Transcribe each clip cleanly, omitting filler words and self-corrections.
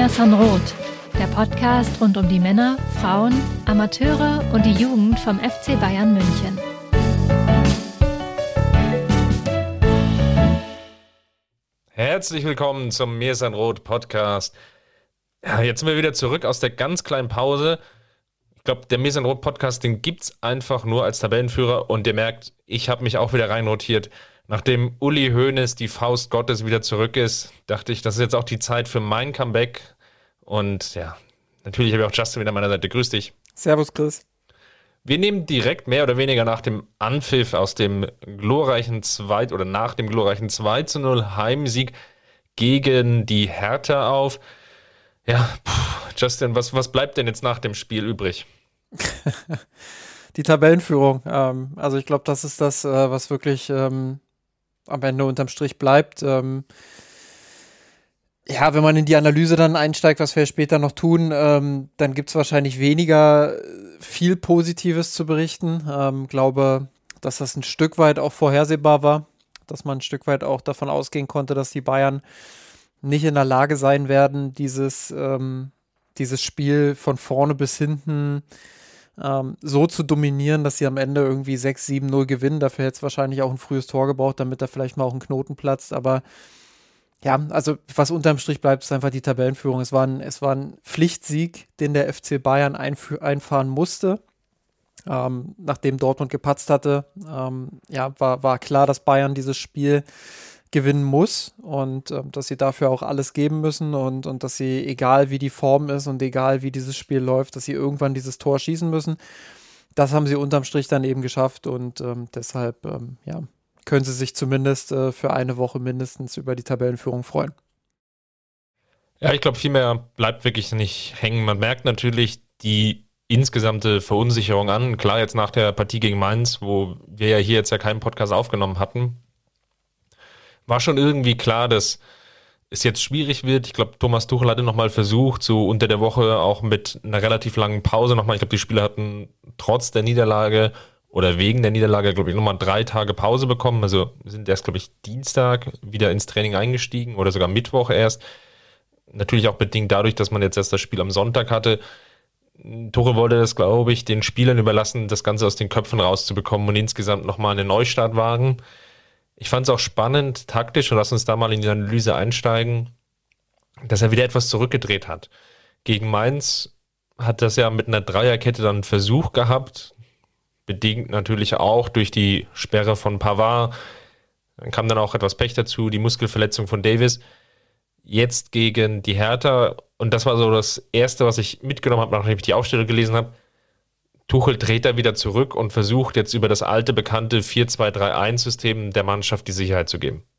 Mir Sanrot, der Podcast rund um die Männer, Frauen, Amateure und die Jugend vom FC Bayern München. Herzlich willkommen zum Mir Sanrot Podcast. Ja, jetzt sind wir wieder zurück aus der ganz kleinen Pause. Ich glaube, der Mir Sanrot Podcast, den gibt es einfach nur als Tabellenführer und ihr merkt, ich habe mich auch wieder reinrotiert. Nachdem Uli Hoeneß, die Faust Gottes, wieder zurück ist, dachte ich, das ist jetzt auch die Zeit für mein Comeback. Und ja, natürlich habe ich auch Justin wieder an meiner Seite. Grüß dich. Servus, Chris. Wir nehmen direkt mehr oder weniger nach dem Anpfiff aus dem glorreichen nach dem glorreichen 2:0 Heimsieg gegen die Hertha auf. Ja, Justin, was bleibt denn jetzt nach dem Spiel übrig? Die Tabellenführung. Also ich glaube, das ist das, was wirklich am Ende unterm Strich bleibt. Wenn man in die Analyse dann einsteigt, was wir später noch tun, dann gibt es wahrscheinlich weniger viel Positives zu berichten. Glaube, dass das ein Stück weit auch vorhersehbar war, dass man ein Stück weit auch davon ausgehen konnte, dass die Bayern nicht in der Lage sein werden, dieses Spiel von vorne bis hinten so zu dominieren, dass sie am Ende irgendwie 6-7-0 gewinnen. Dafür hätte es wahrscheinlich auch ein frühes Tor gebraucht, damit da vielleicht mal auch ein Knoten platzt. Aber ja, also was unterm Strich bleibt, ist einfach die Tabellenführung. Es war ein Pflichtsieg, den der FC Bayern einfahren musste. Nachdem Dortmund gepatzt hatte, war klar, dass Bayern dieses Spiel gewinnen muss und dass sie dafür auch alles geben müssen und dass sie, egal wie die Form ist und egal wie dieses Spiel läuft, dass sie irgendwann dieses Tor schießen müssen. Das haben sie unterm Strich dann eben geschafft und deshalb können sie sich zumindest für eine Woche mindestens über die Tabellenführung freuen. Ja, ich glaube, viel mehr bleibt wirklich nicht hängen. Man merkt natürlich die insgesamte Verunsicherung an. Klar, jetzt nach der Partie gegen Mainz, wo wir ja hier jetzt ja keinen Podcast aufgenommen hatten, war schon irgendwie klar, dass es jetzt schwierig wird. Ich glaube, Thomas Tuchel hatte nochmal versucht, so unter der Woche auch mit einer relativ langen Pause nochmal. Ich glaube, die Spieler hatten trotz der Niederlage oder wegen der Niederlage, glaube ich, nochmal 3 Tage Pause bekommen. Also sind erst, glaube ich, Dienstag wieder ins Training eingestiegen oder sogar Mittwoch erst. Natürlich auch bedingt dadurch, dass man jetzt erst das Spiel am Sonntag hatte. Tuchel wollte das, glaube ich, den Spielern überlassen, das Ganze aus den Köpfen rauszubekommen und insgesamt nochmal einen Neustart wagen. Ich fand es auch spannend, taktisch, und lass uns da mal in die Analyse einsteigen, dass er wieder etwas zurückgedreht hat. Gegen Mainz hat das ja mit einer Dreierkette dann einen Versuch gehabt, bedingt natürlich auch durch die Sperre von Pavard. Dann kam dann auch etwas Pech dazu, die Muskelverletzung von Davis. Jetzt gegen die Hertha, und das war so das Erste, was ich mitgenommen habe, nachdem ich die Aufstellung gelesen habe. Tuchel dreht da wieder zurück und versucht jetzt über das alte, bekannte 4-2-3-1-System der Mannschaft die Sicherheit zu geben.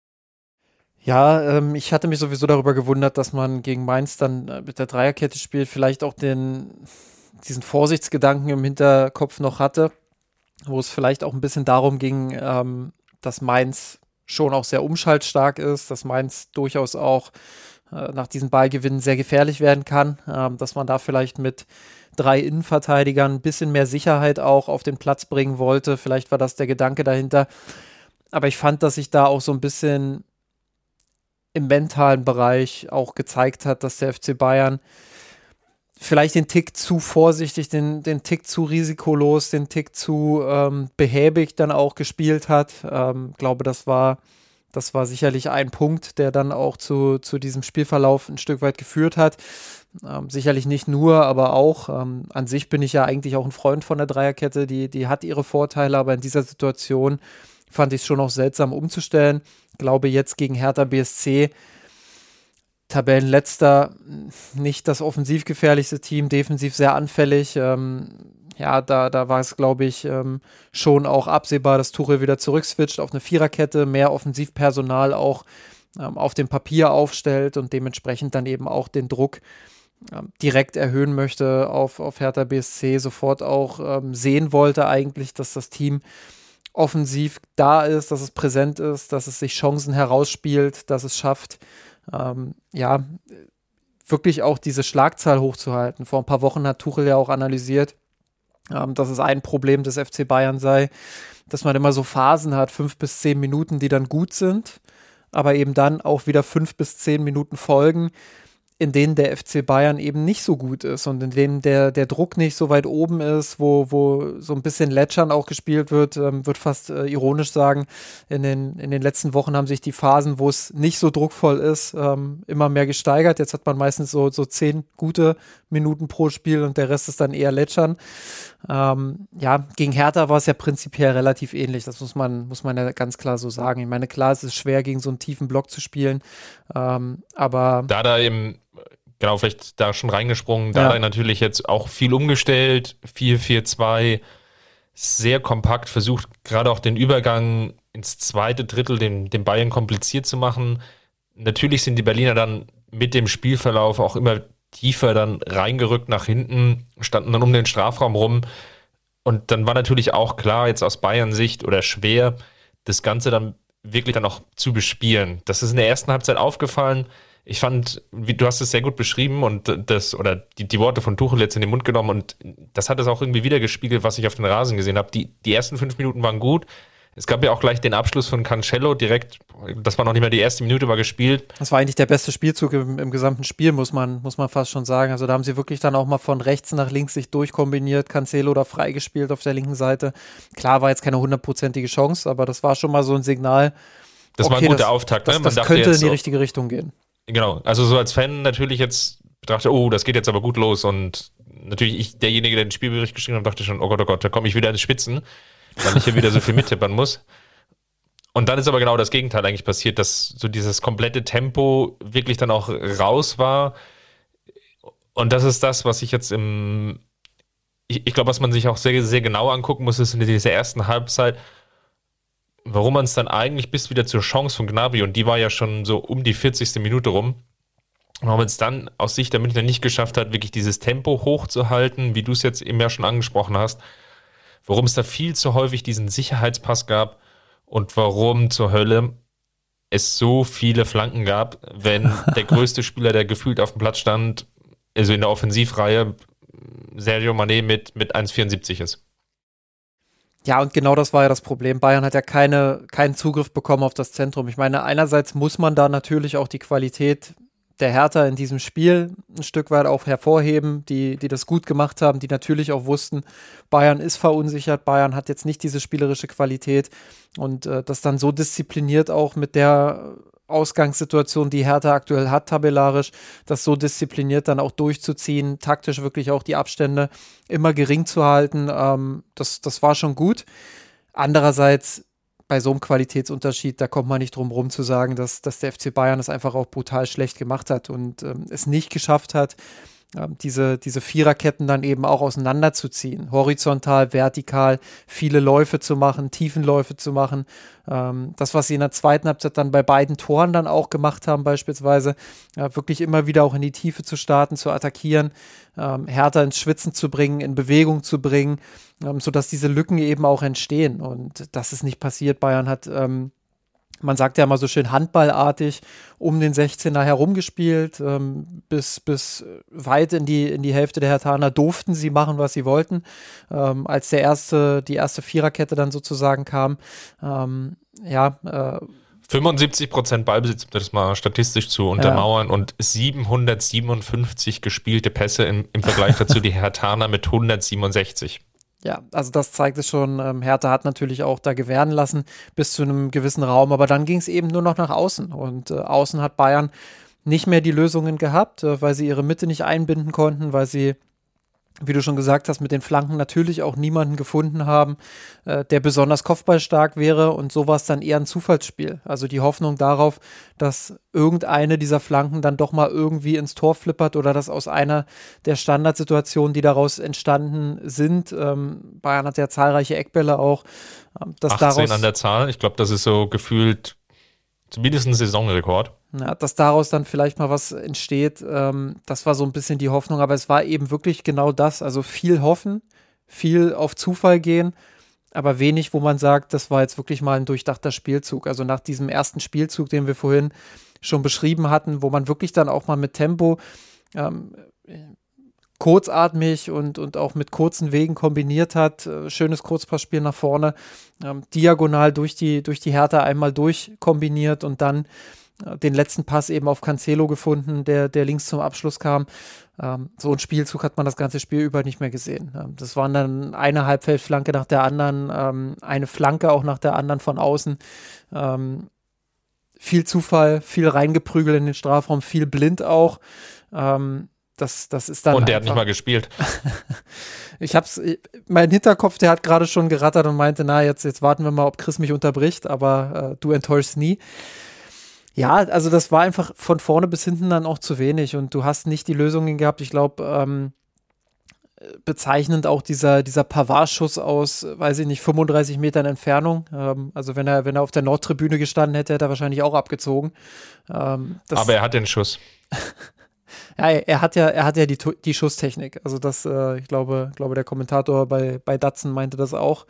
Ja, ich hatte mich sowieso darüber gewundert, dass man gegen Mainz dann mit der Dreierkette spielt, vielleicht auch diesen Vorsichtsgedanken im Hinterkopf noch hatte, wo es vielleicht auch ein bisschen darum ging, dass Mainz schon auch sehr umschaltstark ist, dass Mainz durchaus auch nach diesen Ballgewinnen sehr gefährlich werden kann, dass man da vielleicht mit 3 Innenverteidigern ein bisschen mehr Sicherheit auch auf den Platz bringen wollte. Vielleicht war das der Gedanke dahinter. Aber ich fand, dass sich da auch so ein bisschen im mentalen Bereich auch gezeigt hat, dass der FC Bayern vielleicht den Tick zu vorsichtig, den Tick zu risikolos, den Tick zu behäbig dann auch gespielt hat. Glaube, das war sicherlich ein Punkt, der dann auch zu diesem Spielverlauf ein Stück weit geführt hat. Sicherlich nicht nur, aber auch. An sich bin ich ja eigentlich auch ein Freund von der Dreierkette. Die hat ihre Vorteile, aber in dieser Situation fand ich es schon auch seltsam umzustellen. Glaube jetzt gegen Hertha BSC, Tabellenletzter, nicht das offensiv gefährlichste Team, defensiv sehr anfällig. Da war es, glaube ich, schon auch absehbar, dass Tuchel wieder zurückswitcht auf eine Viererkette, mehr Offensivpersonal auch auf dem Papier aufstellt und dementsprechend dann eben auch den Druck direkt erhöhen möchte auf Hertha BSC, sofort auch sehen wollte eigentlich, dass das Team offensiv da ist, dass es präsent ist, dass es sich Chancen herausspielt, dass es schafft, wirklich auch diese Schlagzahl hochzuhalten. Vor ein paar Wochen hat Tuchel ja auch analysiert, dass es ein Problem des FC Bayern sei, dass man immer so Phasen hat, 5 bis 10 Minuten, die dann gut sind, aber eben dann auch wieder 5 bis 10 Minuten folgen, in denen der FC Bayern eben nicht so gut ist und in denen der Druck nicht so weit oben ist, wo so ein bisschen Lätschern auch gespielt wird, wird fast ironisch sagen, in den letzten Wochen haben sich die Phasen, wo es nicht so druckvoll ist, immer mehr gesteigert. Jetzt hat man meistens so 10 gute Minuten pro Spiel und der Rest ist dann eher Lätschern. Gegen Hertha war es ja prinzipiell relativ ähnlich, das muss man ja ganz klar so sagen. Ich meine, klar, es ist schwer, gegen so einen tiefen Block zu spielen, aber da eben, genau, vielleicht da schon reingesprungen, da natürlich jetzt auch viel umgestellt, 4-4-2, sehr kompakt, versucht gerade auch den Übergang ins zweite Drittel den Bayern kompliziert zu machen. Natürlich sind die Berliner dann mit dem Spielverlauf auch immer tiefer dann reingerückt nach hinten, standen dann um den Strafraum rum und dann war natürlich auch klar, jetzt aus Bayern-Sicht oder schwer, das Ganze dann wirklich dann auch zu bespielen. Das ist in der ersten Halbzeit aufgefallen. Ich fand, du hast es sehr gut beschrieben und die Worte von Tuchel jetzt in den Mund genommen und das hat es auch irgendwie wiedergespiegelt, was ich auf den Rasen gesehen habe. Die ersten 5 Minuten waren gut. Es gab ja auch gleich den Abschluss von Cancelo direkt, das war noch nicht mehr die erste Minute, war gespielt. Das war eigentlich der beste Spielzug im gesamten Spiel, muss man fast schon sagen. Also da haben sie wirklich dann auch mal von rechts nach links sich durchkombiniert, Cancelo da freigespielt auf der linken Seite. Klar, war jetzt keine 100%ige Chance, aber das war schon mal so ein Signal. Das war ein guter Auftakt. Das könnte in die richtige Richtung gehen. Genau, also so als Fan natürlich jetzt betrachtet, oh, das geht jetzt aber gut los und natürlich derjenige, der den Spielbericht geschrieben hat, dachte schon, oh Gott, da komme ich wieder ins Spitzen, weil ich hier wieder so viel mittippern muss. Und dann ist aber genau das Gegenteil eigentlich passiert, dass so dieses komplette Tempo wirklich dann auch raus war. Und das ist das, was ich jetzt ich glaube, was man sich auch sehr, sehr genau angucken muss, ist in dieser ersten Halbzeit, warum man es dann eigentlich bis wieder zur Chance von Gnabry, und die war ja schon so um die 40. Minute rum, warum man es dann aus Sicht der Münchner nicht geschafft hat, wirklich dieses Tempo hochzuhalten, wie du es jetzt eben ja schon angesprochen hast, warum es da viel zu häufig diesen Sicherheitspass gab und warum zur Hölle es so viele Flanken gab, wenn der größte Spieler, der gefühlt auf dem Platz stand, also in der Offensivreihe, Sadio Mané mit 1,74 ist. Ja, und genau das war ja das Problem. Bayern hat ja keinen Zugriff bekommen auf das Zentrum. Ich meine, einerseits muss man da natürlich auch die Qualität der Hertha in diesem Spiel ein Stück weit auch hervorheben, die das gut gemacht haben, die natürlich auch wussten, Bayern ist verunsichert, Bayern hat jetzt nicht diese spielerische Qualität und das dann so diszipliniert auch mit der Ausgangssituation, die Hertha aktuell hat, tabellarisch, das so diszipliniert dann auch durchzuziehen, taktisch wirklich auch die Abstände immer gering zu halten, das war schon gut. Andererseits, bei so einem Qualitätsunterschied, da kommt man nicht drum rum zu sagen, dass der FC Bayern es einfach auch brutal schlecht gemacht hat und es nicht geschafft hat, diese Viererketten dann eben auch auseinanderzuziehen, horizontal, vertikal, viele Läufe zu machen, Tiefenläufe zu machen. Das, was sie in der zweiten Halbzeit dann bei beiden Toren dann auch gemacht haben beispielsweise, wirklich immer wieder auch in die Tiefe zu starten, zu attackieren, Hertha ins Schwitzen zu bringen, in Bewegung zu bringen, sodass diese Lücken eben auch entstehen. Und das ist nicht passiert. Bayern hat, man sagt ja immer so schön handballartig, um den 16er herumgespielt, bis weit in die Hälfte der Herthaner durften sie machen, was sie wollten. Als die erste Viererkette dann sozusagen kam, 75% Ballbesitz, das mal statistisch zu untermauern, und 757 gespielte Pässe im Vergleich dazu die Herthaner mit 167. Ja, also das zeigt es schon. Hertha hat natürlich auch da gewähren lassen bis zu einem gewissen Raum, aber dann ging es eben nur noch nach außen und außen hat Bayern nicht mehr die Lösungen gehabt, weil sie ihre Mitte nicht einbinden konnten, weil sie, wie du schon gesagt hast, mit den Flanken natürlich auch niemanden gefunden haben, der besonders kopfballstark wäre, und so war es dann eher ein Zufallsspiel. Also die Hoffnung darauf, dass irgendeine dieser Flanken dann doch mal irgendwie ins Tor flippert oder dass aus einer der Standardsituationen, die daraus entstanden sind, Bayern hat ja zahlreiche Eckbälle auch, dass 18 daraus an der Zahl, ich glaube, das ist so gefühlt zumindest ein Saisonrekord. Ja, dass daraus dann vielleicht mal was entsteht, das war so ein bisschen die Hoffnung, aber es war eben wirklich genau das, also viel hoffen, viel auf Zufall gehen, aber wenig, wo man sagt, das war jetzt wirklich mal ein durchdachter Spielzug. Also nach diesem ersten Spielzug, den wir vorhin schon beschrieben hatten, wo man wirklich dann auch mal mit Tempo kurzatmig und auch mit kurzen Wegen kombiniert hat, schönes Kurzpassspiel nach vorne, diagonal durch die Hertha einmal durchkombiniert und dann den letzten Pass eben auf Cancelo gefunden, der links zum Abschluss kam. So ein Spielzug hat man das ganze Spiel über nicht mehr gesehen. Das waren dann eine Halbfeldflanke nach der anderen, eine Flanke auch nach der anderen von außen. Viel Zufall, viel reingeprügelt in den Strafraum, viel blind auch. Das ist dann. Und der hat nicht mal gespielt. Mein Hinterkopf, der hat gerade schon gerattert und meinte, na, jetzt warten wir mal, ob Chris mich unterbricht, aber du enttäuschst nie. Ja, also das war einfach von vorne bis hinten dann auch zu wenig und du hast nicht die Lösungen gehabt. Ich glaube, bezeichnend auch dieser Pavard-Schuss aus, weiß ich nicht, 35 Metern Entfernung. Also wenn er auf der Nordtribüne gestanden hätte, hätte er wahrscheinlich auch abgezogen. Aber er hat den Schuss. Ja, er hat ja die Schusstechnik. Also das, ich glaube, der Kommentator bei Datsun meinte das auch.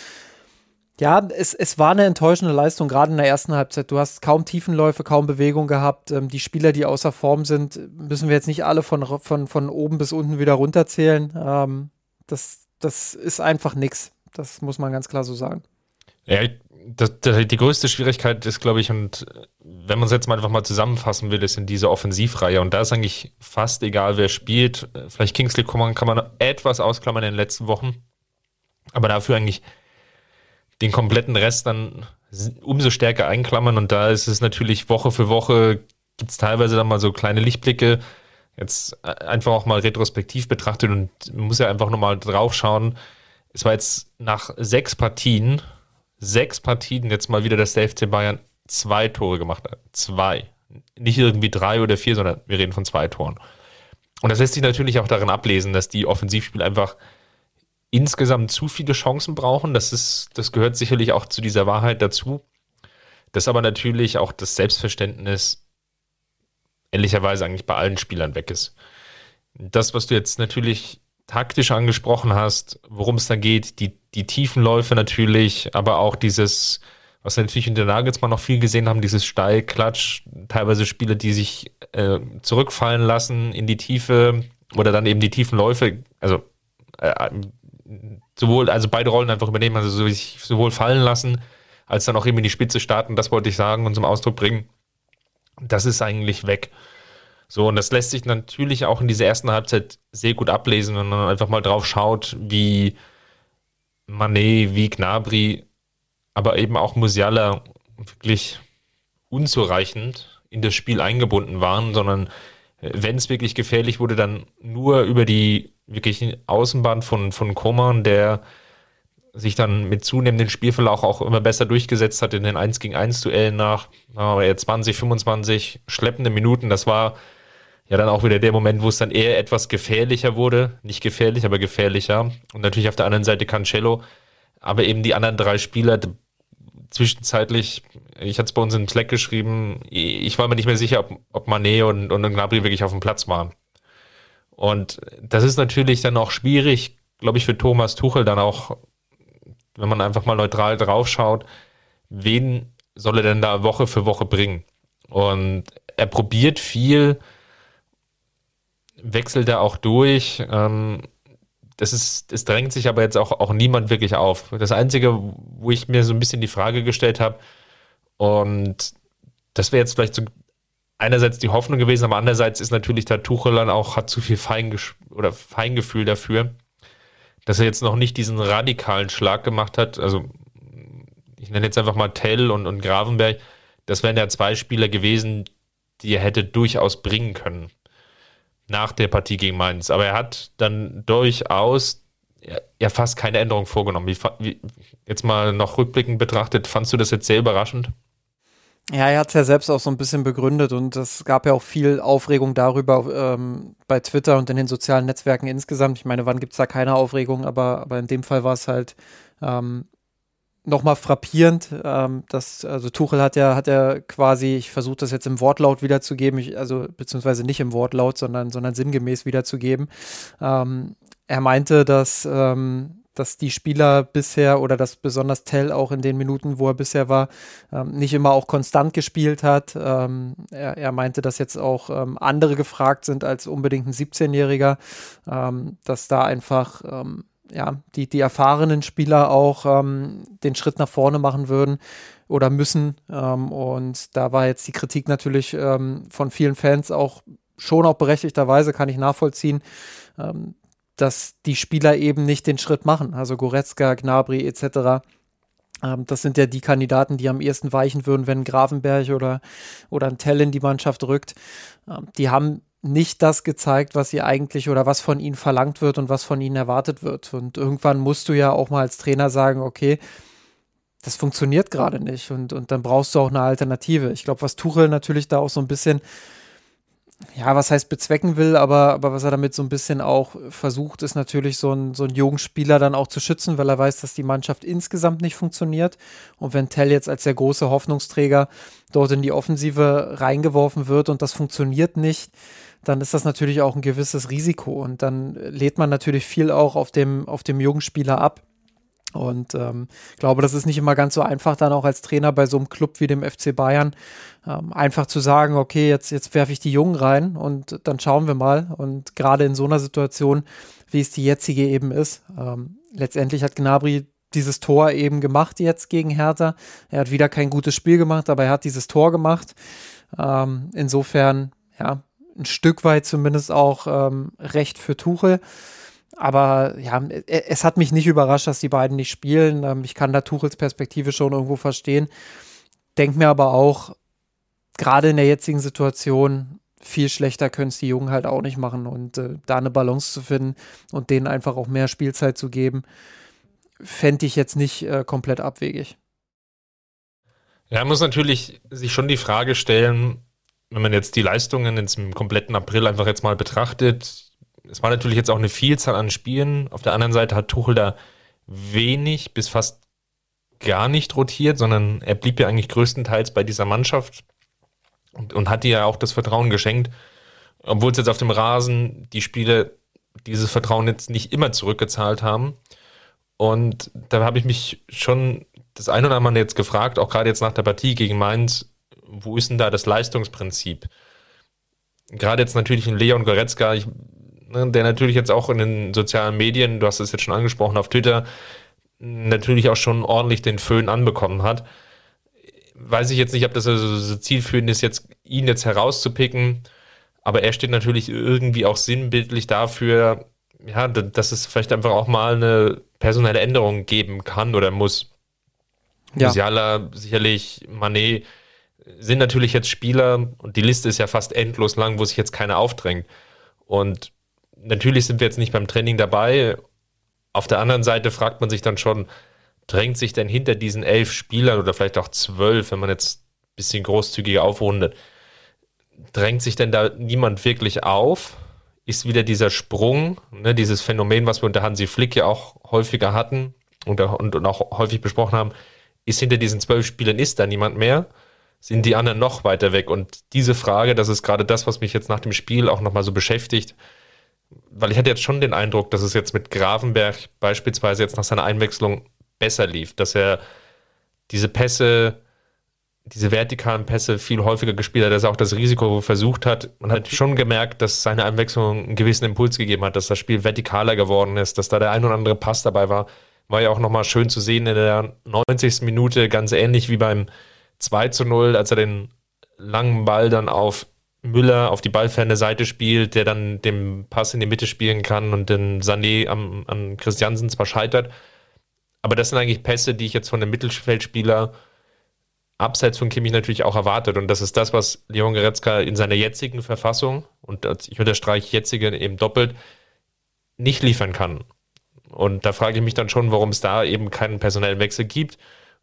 Ja, es war eine enttäuschende Leistung, gerade in der ersten Halbzeit. Du hast kaum Tiefenläufe, kaum Bewegung gehabt. Die Spieler, die außer Form sind, müssen wir jetzt nicht alle von oben bis unten wieder runterzählen. Das ist einfach nix. Das muss man ganz klar so sagen. Ja, die größte Schwierigkeit ist, glaube ich, und wenn man es jetzt mal einfach mal zusammenfassen will, ist in dieser Offensivreihe. Und da ist eigentlich fast egal, wer spielt. Vielleicht Kingsley Coman kann man etwas ausklammern in den letzten Wochen. Aber dafür eigentlich den kompletten Rest dann umso stärker einklammern. Und da ist es natürlich Woche für Woche, gibt es teilweise dann mal so kleine Lichtblicke. Jetzt einfach auch mal retrospektiv betrachtet und man muss ja einfach nochmal drauf schauen. Es war jetzt nach 6 Partien jetzt mal wieder, dass der FC Bayern 2 Tore gemacht hat. 2. Nicht irgendwie 3 oder 4, sondern wir reden von 2 Toren. Und das lässt sich natürlich auch darin ablesen, dass die Offensivspieler einfach insgesamt zu viele Chancen brauchen. Das gehört sicherlich auch zu dieser Wahrheit dazu. Dass aber natürlich auch das Selbstverständnis ehrlicherweise eigentlich bei allen Spielern weg ist. Das, was du jetzt natürlich taktisch angesprochen hast, worum es da geht, die Tiefenläufe natürlich, aber auch dieses, was wir natürlich in der Nagelsmann noch viel gesehen haben, dieses Steilklatsch, teilweise Spieler, die sich zurückfallen lassen in die Tiefe oder dann eben die Tiefenläufe, also beide Rollen einfach übernehmen, also sich sowohl fallen lassen, als dann auch eben in die Spitze starten, das wollte ich sagen und zum Ausdruck bringen. Das ist eigentlich weg. So, und das lässt sich natürlich auch in dieser ersten Halbzeit sehr gut ablesen, wenn man einfach mal drauf schaut, wie Mané, wie Gnabry, aber eben auch Musiala wirklich unzureichend in das Spiel eingebunden waren, sondern wenn es wirklich gefährlich wurde, dann nur über die wirklichen Außenbahn von Coman, der sich dann mit zunehmendem Spielverlauf auch immer besser durchgesetzt hat in den 1-gegen-1 Duellen nach 20, 25 schleppende Minuten. Das war ja dann auch wieder der Moment, wo es dann eher etwas gefährlicher wurde. Nicht gefährlich, aber gefährlicher. Und natürlich auf der anderen Seite Cancelo. Aber eben die anderen 3 Spieler zwischenzeitlich, ich hatte es bei uns in Slack geschrieben, ich war mir nicht mehr sicher, ob Mané und Gnabry wirklich auf dem Platz waren. Und das ist natürlich dann auch schwierig, glaube ich, für Thomas Tuchel dann auch, wenn man einfach mal neutral drauf schaut, wen soll er denn da Woche für Woche bringen? Und er probiert viel, wechselt er auch durch. Es drängt sich aber jetzt auch niemand wirklich auf. Das Einzige, wo ich mir so ein bisschen die Frage gestellt habe, und das wäre jetzt vielleicht so einerseits die Hoffnung gewesen, aber andererseits ist natürlich der Tuchel dann auch, hat zu viel Feingefühl dafür, dass er jetzt noch nicht diesen radikalen Schlag gemacht hat. Also ich nenne jetzt einfach mal Tell und Gravenberg. Das wären ja 2 Spieler gewesen, die er hätte durchaus bringen können nach der Partie gegen Mainz. Aber er hat dann durchaus fast keine Änderung vorgenommen. Wie jetzt mal noch rückblickend betrachtet, fandst du das jetzt sehr überraschend? Ja, er hat es ja selbst auch so ein bisschen begründet und es gab ja auch viel Aufregung darüber bei Twitter und in den sozialen Netzwerken insgesamt. Ich meine, wann gibt es da keine Aufregung, aber in dem Fall war es halt nochmal frappierend. Also Tuchel hat ja quasi, ich versuche das jetzt im Wortlaut wiederzugeben, beziehungsweise nicht im Wortlaut, sondern sinngemäß wiederzugeben. Er meinte, dass die Spieler bisher oder dass besonders Tell auch in den Minuten, wo er bisher war, nicht immer auch konstant gespielt hat. Er meinte, dass jetzt auch andere gefragt sind als unbedingt ein 17-Jähriger, dass da einfach die erfahrenen Spieler auch den Schritt nach vorne machen würden oder müssen. Und da war jetzt die Kritik natürlich von vielen Fans auch schon auch berechtigterweise, kann ich nachvollziehen, dass die Spieler eben nicht den Schritt machen. Also Goretzka, Gnabry etc. Das sind ja die Kandidaten, die am ehesten weichen würden, wenn Gravenberch oder ein Tell in die Mannschaft rückt. Die haben nicht das gezeigt, was sie eigentlich oder was von ihnen verlangt wird und was von ihnen erwartet wird. Und irgendwann musst du ja auch mal als Trainer sagen, okay, das funktioniert gerade nicht und dann brauchst du auch eine Alternative. Ich glaube, was Tuchel natürlich da auch so ein bisschen, was heißt bezwecken will, aber was er damit so ein bisschen auch versucht, ist natürlich so einen jungen Spieler dann auch zu schützen, weil er weiß, dass die Mannschaft insgesamt nicht funktioniert. Und wenn Tell jetzt als der große Hoffnungsträger dort in die Offensive reingeworfen wird und das funktioniert nicht, dann ist das natürlich auch ein gewisses Risiko und dann lädt man natürlich viel auch auf dem jungen Spieler ab. Und glaube, das ist nicht immer ganz so einfach, dann auch als Trainer bei so einem Club wie dem FC Bayern einfach zu sagen, okay, jetzt werfe ich die Jungen rein und dann schauen wir mal. Und gerade in so einer Situation, wie es die jetzige eben ist, letztendlich hat Gnabry dieses Tor eben gemacht jetzt gegen Hertha. Er hat wieder kein gutes Spiel gemacht, aber er hat dieses Tor gemacht. Insofern, ein Stück weit zumindest auch recht für Tuchel. Aber es hat mich nicht überrascht, dass die beiden nicht spielen. Ich kann da Tuchels Perspektive schon irgendwo verstehen. Denk mir aber auch, gerade in der jetzigen Situation, viel schlechter können es die Jungen halt auch nicht machen. Und da eine Balance zu finden und denen einfach auch mehr Spielzeit zu geben, fände ich jetzt nicht komplett abwegig. Ja, man muss natürlich sich schon die Frage stellen, wenn man jetzt die Leistungen im kompletten April einfach jetzt mal betrachtet, es war natürlich jetzt auch eine Vielzahl an Spielen. Auf der anderen Seite hat Tuchel da wenig bis fast gar nicht rotiert, sondern er blieb ja eigentlich größtenteils bei dieser Mannschaft und hat ihr ja auch das Vertrauen geschenkt, obwohl es jetzt auf dem Rasen die Spieler dieses Vertrauen jetzt nicht immer zurückgezahlt haben. Und da habe ich mich schon das ein oder andere Mal jetzt gefragt, auch gerade jetzt nach der Partie gegen Mainz, wo ist denn da das Leistungsprinzip? Gerade jetzt natürlich in Leon Goretzka, der natürlich jetzt auch in den sozialen Medien, du hast es jetzt schon angesprochen, auf Twitter, natürlich auch schon ordentlich den Föhn anbekommen hat. Weiß ich jetzt nicht, ob das also so zielführend ist, ihn jetzt herauszupicken, aber er steht natürlich irgendwie auch sinnbildlich dafür, dass es vielleicht einfach auch mal eine personelle Änderung geben kann oder muss. Ja. Musiala, sicherlich, Mané sind natürlich jetzt Spieler und die Liste ist ja fast endlos lang, wo sich jetzt keiner aufdrängt. Und natürlich sind wir jetzt nicht beim Training dabei. Auf der anderen Seite fragt man sich dann schon, drängt sich denn hinter diesen 11 Spielern oder vielleicht auch 12, wenn man jetzt ein bisschen großzügiger aufrundet, drängt sich denn da niemand wirklich auf? Ist wieder dieser Sprung, dieses Phänomen, was wir unter Hansi Flick ja auch häufiger hatten und auch häufig besprochen haben, ist hinter diesen 12 Spielern ist da niemand mehr? Sind die anderen noch weiter weg? Und diese Frage, das ist gerade das, was mich jetzt nach dem Spiel auch nochmal so beschäftigt, weil ich hatte jetzt schon den Eindruck, dass es jetzt mit Gravenberch beispielsweise jetzt nach seiner Einwechslung besser lief, dass er diese Pässe, diese vertikalen Pässe viel häufiger gespielt hat, dass er auch das Risiko versucht hat. Man hat schon gemerkt, dass seine Einwechslung einen gewissen Impuls gegeben hat, dass das Spiel vertikaler geworden ist, dass da der ein oder andere Pass dabei war. War ja auch nochmal schön zu sehen in der 90. Minute, ganz ähnlich wie beim 2:0, als er den langen Ball dann auf Müller auf die ballferne Seite spielt, der dann den Pass in die Mitte spielen kann und den Sané an Christiansen zwar scheitert. Aber das sind eigentlich Pässe, die ich jetzt von dem Mittelfeldspieler abseits von Kimmich natürlich auch erwartet. Und das ist das, was Leon Goretzka in seiner jetzigen Verfassung, und ich unterstreiche jetzige eben doppelt, nicht liefern kann. Und da frage ich mich dann schon, warum es da eben keinen personellen Wechsel gibt.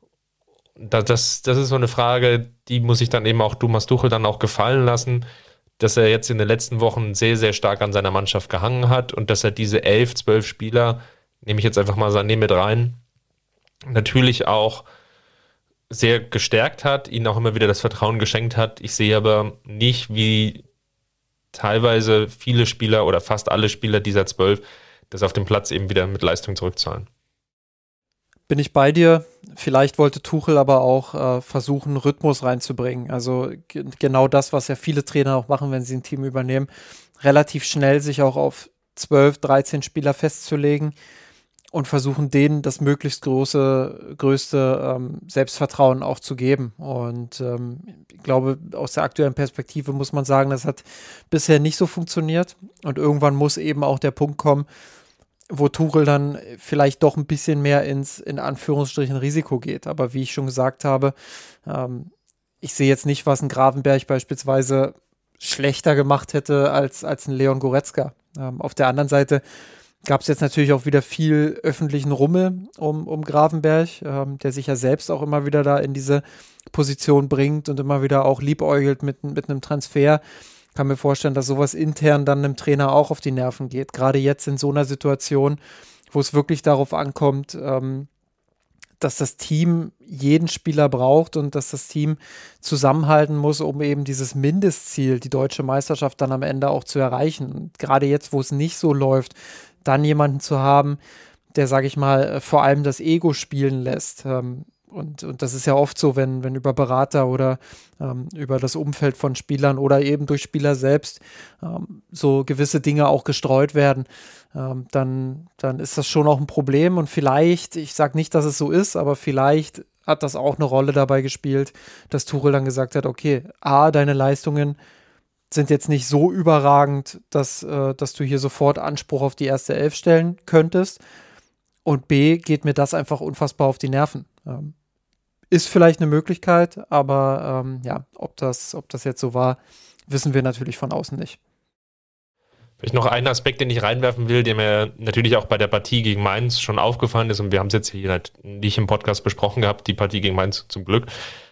Das ist so eine Frage, die muss sich dann eben auch Thomas Tuchel dann auch gefallen lassen, dass er jetzt in den letzten Wochen sehr, sehr stark an seiner Mannschaft gehangen hat und dass er diese 11, 12 Spieler, nehme ich jetzt einfach mal Sané mit rein, natürlich auch sehr gestärkt hat, ihnen auch immer wieder das Vertrauen geschenkt hat. Ich sehe aber nicht, wie teilweise viele Spieler oder fast alle Spieler dieser 12 das auf dem Platz eben wieder mit Leistung zurückzahlen. Bin ich bei dir. Vielleicht wollte Tuchel aber auch versuchen, Rhythmus reinzubringen. Also genau das, was ja viele Trainer auch machen, wenn sie ein Team übernehmen, relativ schnell sich auch auf 12, 13 Spieler festzulegen, und versuchen denen das möglichst größte Selbstvertrauen auch zu geben. Und ich glaube, aus der aktuellen Perspektive muss man sagen, das hat bisher nicht so funktioniert. Und irgendwann muss eben auch der Punkt kommen, wo Tuchel dann vielleicht doch ein bisschen mehr ins, in Anführungsstrichen, Risiko geht. Aber wie ich schon gesagt habe, ich sehe jetzt nicht, was ein Gravenberch beispielsweise schlechter gemacht hätte als ein Leon Goretzka. Auf der anderen Seite gab es jetzt natürlich auch wieder viel öffentlichen Rummel um Gravenberch, der sich ja selbst auch immer wieder da in diese Position bringt und immer wieder auch liebäugelt mit einem Transfer. Kann mir vorstellen, dass sowas intern dann einem Trainer auch auf die Nerven geht. Gerade jetzt in so einer Situation, wo es wirklich darauf ankommt, dass das Team jeden Spieler braucht und dass das Team zusammenhalten muss, um eben dieses Mindestziel, die deutsche Meisterschaft dann am Ende auch zu erreichen. Und gerade jetzt, wo es nicht so läuft, dann jemanden zu haben, der, sage ich mal, vor allem das Ego spielen lässt. Und das ist ja oft so, wenn über Berater oder über das Umfeld von Spielern oder eben durch Spieler selbst so gewisse Dinge auch gestreut werden, dann ist das schon auch ein Problem. Und vielleicht, ich sage nicht, dass es so ist, aber vielleicht hat das auch eine Rolle dabei gespielt, dass Tuchel dann gesagt hat, okay, deine Leistungen sind jetzt nicht so überragend, dass du hier sofort Anspruch auf die erste Elf stellen könntest. Und B, geht mir das einfach unfassbar auf die Nerven. Ist vielleicht eine Möglichkeit, aber ob das jetzt so war, wissen wir natürlich von außen nicht. Vielleicht noch einen Aspekt, den ich reinwerfen will, der mir natürlich auch bei der Partie gegen Mainz schon aufgefallen ist, und wir haben es jetzt hier nicht im Podcast besprochen gehabt, die Partie gegen Mainz zum Glück.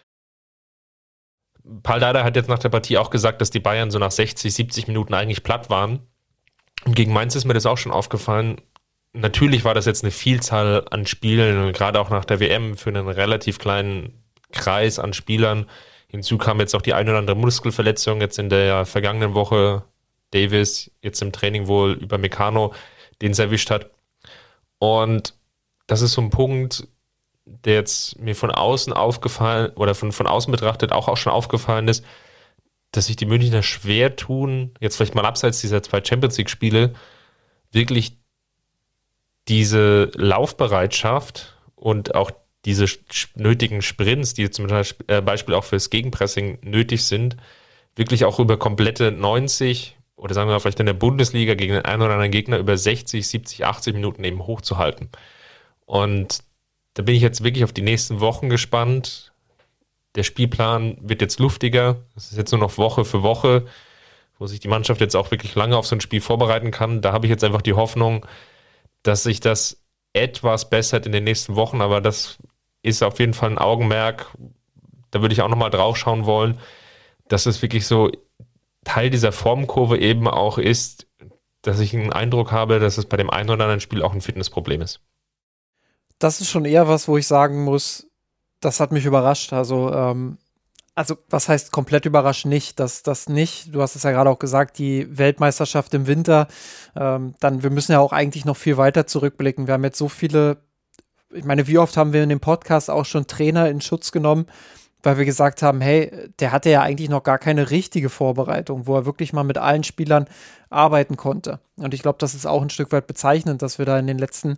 Paul Dardai hat jetzt nach der Partie auch gesagt, dass die Bayern so nach 60, 70 Minuten eigentlich platt waren. Und gegen Mainz ist mir das auch schon aufgefallen. Natürlich war das jetzt eine Vielzahl an Spielen und gerade auch nach der WM für einen relativ kleinen Kreis an Spielern. Hinzu kam jetzt auch die ein oder andere Muskelverletzung jetzt in der vergangenen Woche. Davis jetzt im Training wohl über Meccano, den es erwischt hat. Und das ist so ein Punkt, der jetzt mir von außen aufgefallen oder von außen betrachtet auch schon aufgefallen ist, dass sich die Münchner schwer tun, jetzt vielleicht mal abseits dieser 2 Champions-League-Spiele, wirklich diese Laufbereitschaft und auch diese nötigen Sprints, die zum Beispiel auch fürs Gegenpressing nötig sind, wirklich auch über komplette 90 oder sagen wir mal vielleicht in der Bundesliga gegen den einen oder anderen Gegner über 60, 70, 80 Minuten eben hochzuhalten. Und da bin ich jetzt wirklich auf die nächsten Wochen gespannt. Der Spielplan wird jetzt luftiger. Es ist jetzt nur noch Woche für Woche, wo sich die Mannschaft jetzt auch wirklich lange auf so ein Spiel vorbereiten kann. Da habe ich jetzt einfach die Hoffnung, dass sich das etwas bessert in den nächsten Wochen. Aber das ist auf jeden Fall ein Augenmerk. Da würde ich auch nochmal drauf schauen wollen, dass es wirklich so Teil dieser Formkurve eben auch ist, dass ich einen Eindruck habe, dass es bei dem einen oder anderen Spiel auch ein Fitnessproblem ist. Das ist schon eher was, wo ich sagen muss, das hat mich überrascht. Also was heißt komplett überrascht nicht, dass das nicht, du hast es ja gerade auch gesagt, die Weltmeisterschaft im Winter, wir müssen ja auch eigentlich noch viel weiter zurückblicken. Wir haben jetzt so viele, ich meine, wie oft haben wir in dem Podcast auch schon Trainer in Schutz genommen, weil wir gesagt haben, hey, der hatte ja eigentlich noch gar keine richtige Vorbereitung, wo er wirklich mal mit allen Spielern arbeiten konnte. Und ich glaube, das ist auch ein Stück weit bezeichnend, dass wir da in den letzten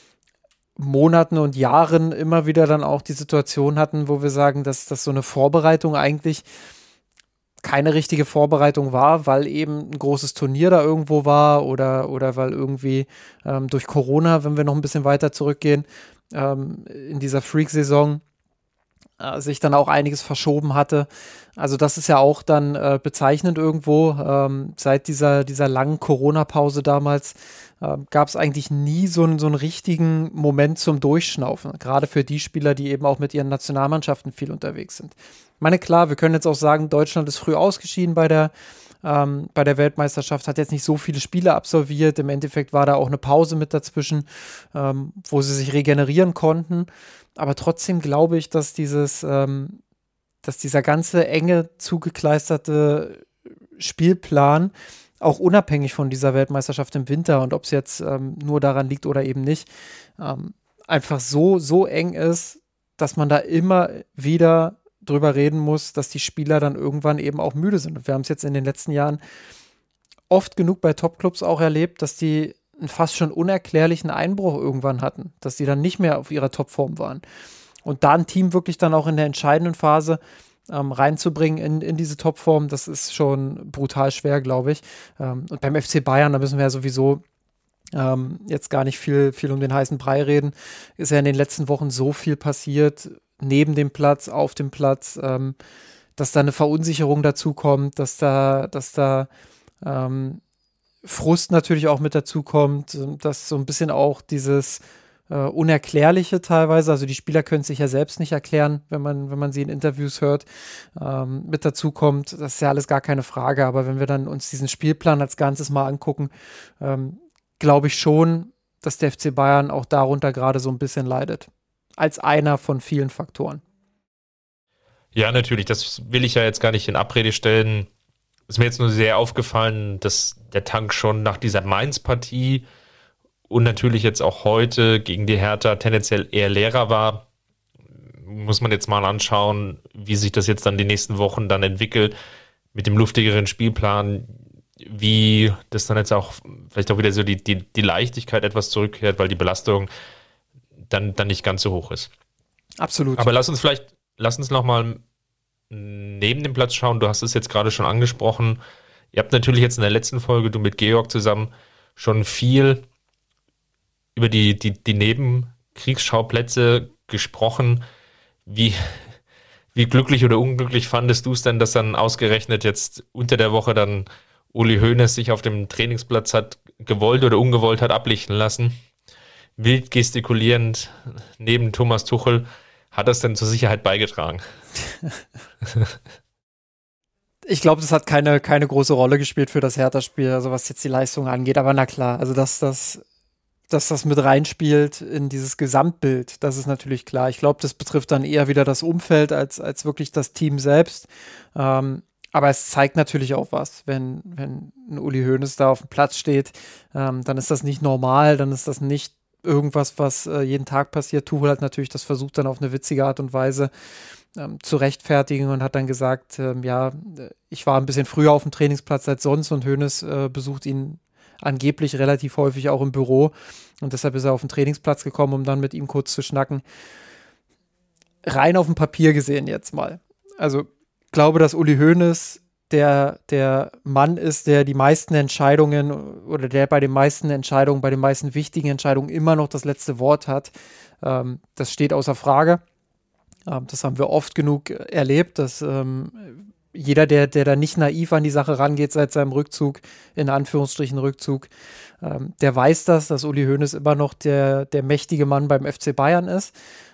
Monaten und Jahren immer wieder dann auch die Situation hatten, wo wir sagen, dass so eine Vorbereitung eigentlich keine richtige Vorbereitung war, weil eben ein großes Turnier da irgendwo war oder weil irgendwie durch Corona, wenn wir noch ein bisschen weiter zurückgehen, in dieser Freak-Saison sich dann auch einiges verschoben hatte. Also das ist ja auch dann bezeichnend irgendwo. Seit dieser langen Corona-Pause damals gab es eigentlich nie so einen richtigen Moment zum Durchschnaufen. Gerade für die Spieler, die eben auch mit ihren Nationalmannschaften viel unterwegs sind. Ich meine, klar, wir können jetzt auch sagen, Deutschland ist früh ausgeschieden bei der Weltmeisterschaft, hat jetzt nicht so viele Spiele absolviert. Im Endeffekt war da auch eine Pause mit dazwischen, wo sie sich regenerieren konnten. Aber trotzdem glaube ich, dass dieser ganze enge, zugekleisterte Spielplan auch unabhängig von dieser Weltmeisterschaft im Winter und ob es jetzt nur daran liegt oder eben nicht, einfach so eng ist, dass man da immer wieder drüber reden muss, dass die Spieler dann irgendwann eben auch müde sind. Und wir haben es jetzt in den letzten Jahren oft genug bei Topclubs auch erlebt, dass die einen fast schon unerklärlichen Einbruch irgendwann hatten, dass die dann nicht mehr auf ihrer Topform waren. Und da ein Team wirklich dann auch in der entscheidenden Phase reinzubringen in diese Topform, das ist schon brutal schwer, glaube ich. Und beim FC Bayern, da müssen wir ja sowieso jetzt gar nicht viel um den heißen Brei reden, ist ja in den letzten Wochen so viel passiert, neben dem Platz, auf dem Platz, dass da eine Verunsicherung dazu kommt, dass da Frust natürlich auch mit dazu kommt, dass so ein bisschen auch dieses Unerklärliche teilweise, also die Spieler können sich ja selbst nicht erklären, wenn man sie in Interviews hört, mit dazu kommt. Das ist ja alles gar keine Frage, aber wenn wir dann uns diesen Spielplan als Ganzes mal angucken, glaube ich schon, dass der FC Bayern auch darunter gerade so ein bisschen leidet. Als einer von vielen Faktoren. Ja, natürlich, das will ich ja jetzt gar nicht in Abrede stellen. Ist mir jetzt nur sehr aufgefallen, dass der Tank schon nach dieser Mainz-Partie und natürlich jetzt auch heute gegen die Hertha tendenziell eher leerer war. Muss man jetzt mal anschauen, wie sich das jetzt dann die nächsten Wochen dann entwickelt mit dem luftigeren Spielplan, wie das dann jetzt auch vielleicht auch wieder so die Leichtigkeit etwas zurückkehrt, weil die Belastung dann nicht ganz so hoch ist. Absolut. Aber lass uns nochmal neben dem Platz schauen. Du hast es jetzt gerade schon angesprochen. Ihr habt natürlich jetzt in der letzten Folge, du mit Georg zusammen, schon viel über die Nebenkriegsschauplätze gesprochen. Wie glücklich oder unglücklich fandest du es denn, dass dann ausgerechnet jetzt unter der Woche dann Uli Hoeneß sich auf dem Trainingsplatz hat gewollt oder ungewollt hat ablichten lassen? Wild gestikulierend neben Thomas Tuchel. Hat das denn zur Sicherheit beigetragen? Ich glaube, das hat keine große Rolle gespielt für das Hertha-Spiel, also was jetzt die Leistung angeht. Aber na klar, also dass das mit reinspielt in dieses Gesamtbild, das ist natürlich klar. Ich glaube, das betrifft dann eher wieder das Umfeld als wirklich das Team selbst. Aber es zeigt natürlich auch was, wenn ein Uli Hoeneß da auf dem Platz steht, dann ist das nicht normal, dann ist das nicht irgendwas, was jeden Tag passiert. Tuchel hat natürlich das versucht, dann auf eine witzige Art und Weise zu rechtfertigen und hat dann gesagt, ich war ein bisschen früher auf dem Trainingsplatz als sonst und Hoeneß besucht ihn angeblich relativ häufig auch im Büro und deshalb ist er auf den Trainingsplatz gekommen, um dann mit ihm kurz zu schnacken. Rein auf dem Papier gesehen jetzt mal. Also ich glaube, dass Uli Hoeneß der Mann ist, der die meisten Entscheidungen oder der bei den meisten Entscheidungen, bei den meisten wichtigen Entscheidungen immer noch das letzte Wort hat. Das steht außer Frage. Das haben wir oft genug erlebt, dass jeder, der da nicht naiv an die Sache rangeht seit seinem Rückzug, in Anführungsstrichen Rückzug, der weiß dass Uli Hoeneß immer noch der mächtige Mann beim FC Bayern ist.